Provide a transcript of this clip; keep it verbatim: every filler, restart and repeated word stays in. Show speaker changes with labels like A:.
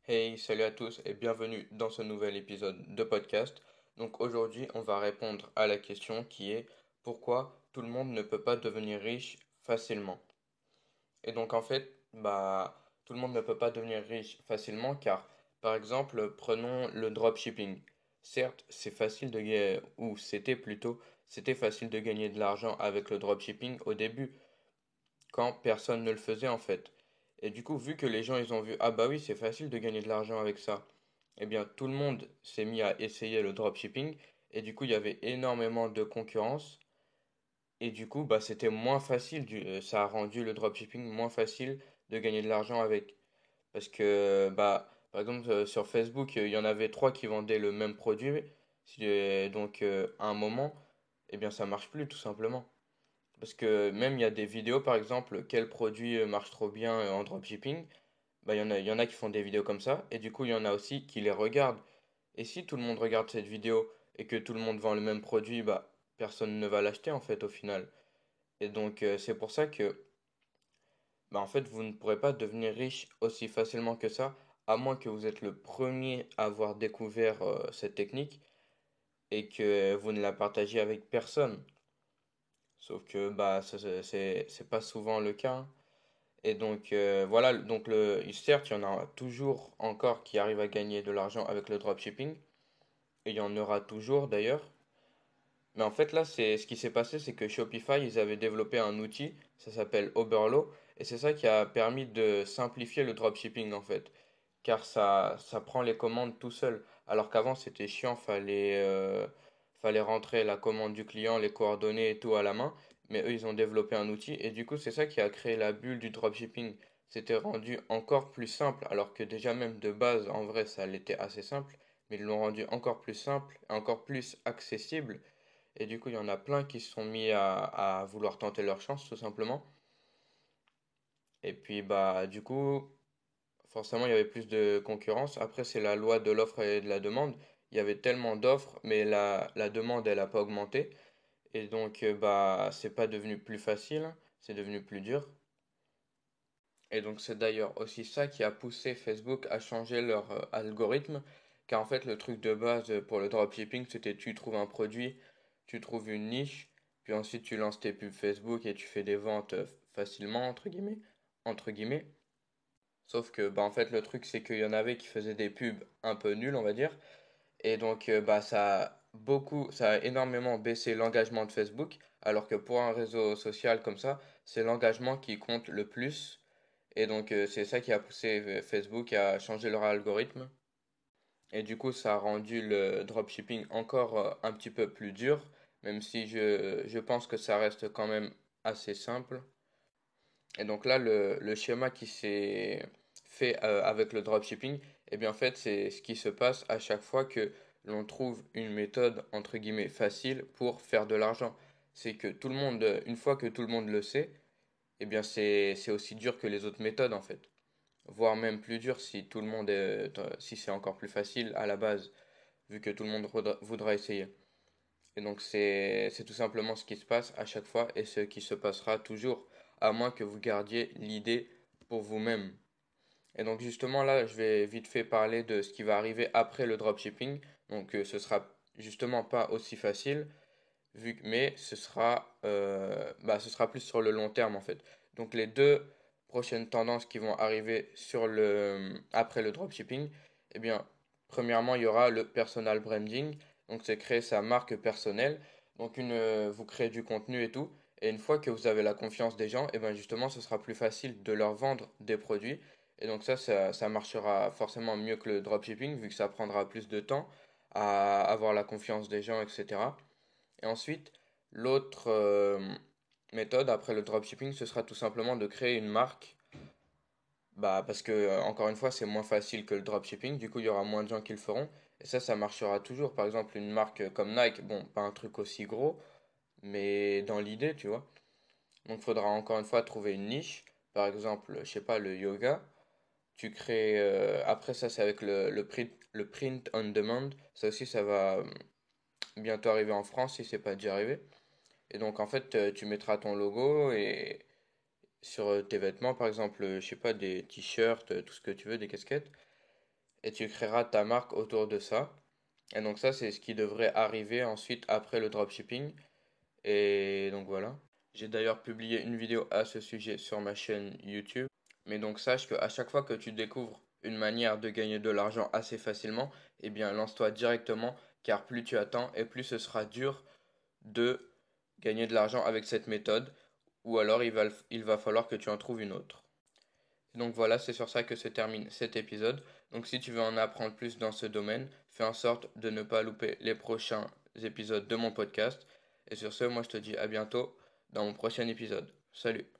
A: Hey, salut à tous et bienvenue dans ce nouvel épisode de podcast. Donc aujourd'hui, on va répondre à la question qui est pourquoi tout le monde ne peut pas devenir riche facilement. Et donc en fait, bah tout le monde ne peut pas devenir riche facilement car par exemple, prenons le dropshipping. Certes, c'est facile de gagner ou c'était plutôt c'était facile de gagner de l'argent avec le dropshipping au début quand personne ne le faisait en fait. Et du coup, vu que les gens ils ont vu, ah bah oui, c'est facile de gagner de l'argent avec ça, eh bien tout le monde s'est mis à essayer le dropshipping et du coup il y avait énormément de concurrence et du coup bah c'était moins facile, du- euh, ça a rendu le dropshipping moins facile de gagner de l'argent avec. Parce que bah par exemple euh, sur Facebook euh, il y en avait trois qui vendaient le même produit, Si- euh, donc euh, à un moment, eh bien ça marche plus tout simplement. Parce que même il y a des vidéos, par exemple, quel produit euh, marche trop bien euh, en dropshipping. Bah, il y en a, il y en a qui font des vidéos comme ça, et du coup, il y en a aussi qui les regardent. Et si tout le monde regarde cette vidéo et que tout le monde vend le même produit, bah, personne ne va l'acheter en fait au final. Et donc, euh, c'est pour ça que, bah, en fait, vous ne pourrez pas devenir riche aussi facilement que ça, à moins que vous êtes le premier à avoir découvert euh, cette technique et que vous ne la partagiez avec personne. Sauf que, bah, ça, c'est c'est c'est pas souvent le cas, hein. Et donc euh, voilà, donc le, certes, il y en a toujours encore qui arrivent à gagner de l'argent avec le dropshipping, et il y en aura toujours d'ailleurs. Mais en fait là, c'est ce qui s'est passé, c'est que Shopify, ils avaient développé un outil, ça s'appelle Oberlo, et c'est ça qui a permis de simplifier le dropshipping en fait, car ça, ça prend les commandes tout seul, alors qu'avant c'était chiant, fallait, euh, fallait rentrer la commande du client, les coordonnées et tout à la main, mais eux ils ont développé un outil, et du coup c'est ça qui a créé la bulle du dropshipping. C'était rendu encore plus simple, alors que déjà même de base, en vrai, ça l'était assez simple, mais ils l'ont rendu encore plus simple, encore plus accessible, et du coup il y en a plein qui se sont mis à, à vouloir tenter leur chance tout simplement. Et puis bah du coup, forcément, il y avait plus de concurrence. Après, c'est la loi de l'offre et de la demande. Il y avait tellement d'offres, mais la, la demande, elle n'a pas augmenté. Et donc, euh, bah, c'est pas devenu plus facile, hein, c'est devenu plus dur. Et donc, c'est d'ailleurs aussi ça qui a poussé Facebook à changer leur euh, algorithme. Car en fait, le truc de base euh, pour le dropshipping, c'était tu trouves un produit, tu trouves une niche, puis ensuite tu lances tes pubs Facebook et tu fais des ventes euh, facilement, entre guillemets. Entre guillemets. Sauf que bah en fait le truc c'est qu'il y en avait qui faisaient des pubs un peu nulles on va dire et donc euh, bah ça a beaucoup ça a énormément baissé l'engagement de Facebook alors que pour un réseau social comme ça c'est l'engagement qui compte le plus et donc euh, c'est ça qui a poussé euh, Facebook à changer leur algorithme et du coup ça a rendu le dropshipping encore euh, un petit peu plus dur même si je, je pense que ça reste quand même assez simple. Et donc là, le, le schéma qui s'est fait euh, avec le dropshipping, eh bien en fait, c'est ce qui se passe à chaque fois que l'on trouve une méthode entre guillemets facile pour faire de l'argent. C'est que tout le monde, euh, une fois que tout le monde le sait, eh bien c'est c'est aussi dur que les autres méthodes en fait. Voire même plus dur si tout le monde est, euh, si c'est encore plus facile à la base, vu que tout le monde voudra voudra essayer. Et donc c'est c'est tout simplement ce qui se passe à chaque fois et ce qui se passera toujours, à moins que vous gardiez l'idée pour vous-même. Et donc justement là, je vais vite fait parler de ce qui va arriver après le dropshipping. Donc euh, ce sera justement pas aussi facile, vu que, mais ce sera, euh, bah, ce sera plus sur le long terme en fait. Donc les deux prochaines tendances qui vont arriver sur le, après le dropshipping, eh bien, premièrement, il y aura le personal branding. Donc c'est créer sa marque personnelle. Donc une, euh, vous créez du contenu et tout. Et une fois que vous avez la confiance des gens, eh bien justement, ce sera plus facile de leur vendre des produits. Et donc ça, ça, ça marchera forcément mieux que le dropshipping, vu que ça prendra plus de temps à avoir la confiance des gens, et cetera. Et ensuite, l'autre euh, méthode après le dropshipping, ce sera tout simplement de créer une marque. Bah, parce que, euh, encore une fois, c'est moins facile que le dropshipping, du coup, il y aura moins de gens qui le feront. Et ça, ça marchera toujours. Par exemple, une marque euh, comme Nike, bon, pas un truc aussi gros, mais dans l'idée, tu vois. Donc, il faudra encore une fois trouver une niche. Par exemple, je sais pas, le yoga. Tu crées. Euh, après, ça, c'est avec le, le print, le print on demand. Ça aussi, ça va euh, bientôt arriver en France si c'est pas déjà arrivé. Et donc en fait, euh, tu mettras ton logo et sur euh, tes vêtements, par exemple, euh, je sais pas, des t-shirts, euh, tout ce que tu veux, des casquettes. et tu créeras ta marque autour de ça. Et donc ça, c'est ce qui devrait arriver ensuite après le dropshipping. Et donc voilà. J'ai d'ailleurs publié une vidéo à ce sujet sur ma chaîne YouTube. Mais donc sache qu'à chaque fois que tu découvres une manière de gagner de l'argent assez facilement, eh bien lance-toi directement, car plus tu attends et plus ce sera dur de gagner de l'argent avec cette méthode, ou alors il va, il va falloir que tu en trouves une autre. Donc voilà, c'est sur ça que se termine cet épisode. Donc si tu veux en apprendre plus dans ce domaine, fais en sorte de ne pas louper les prochains épisodes de mon podcast. Et sur ce, moi je te dis à bientôt dans mon prochain épisode. Salut!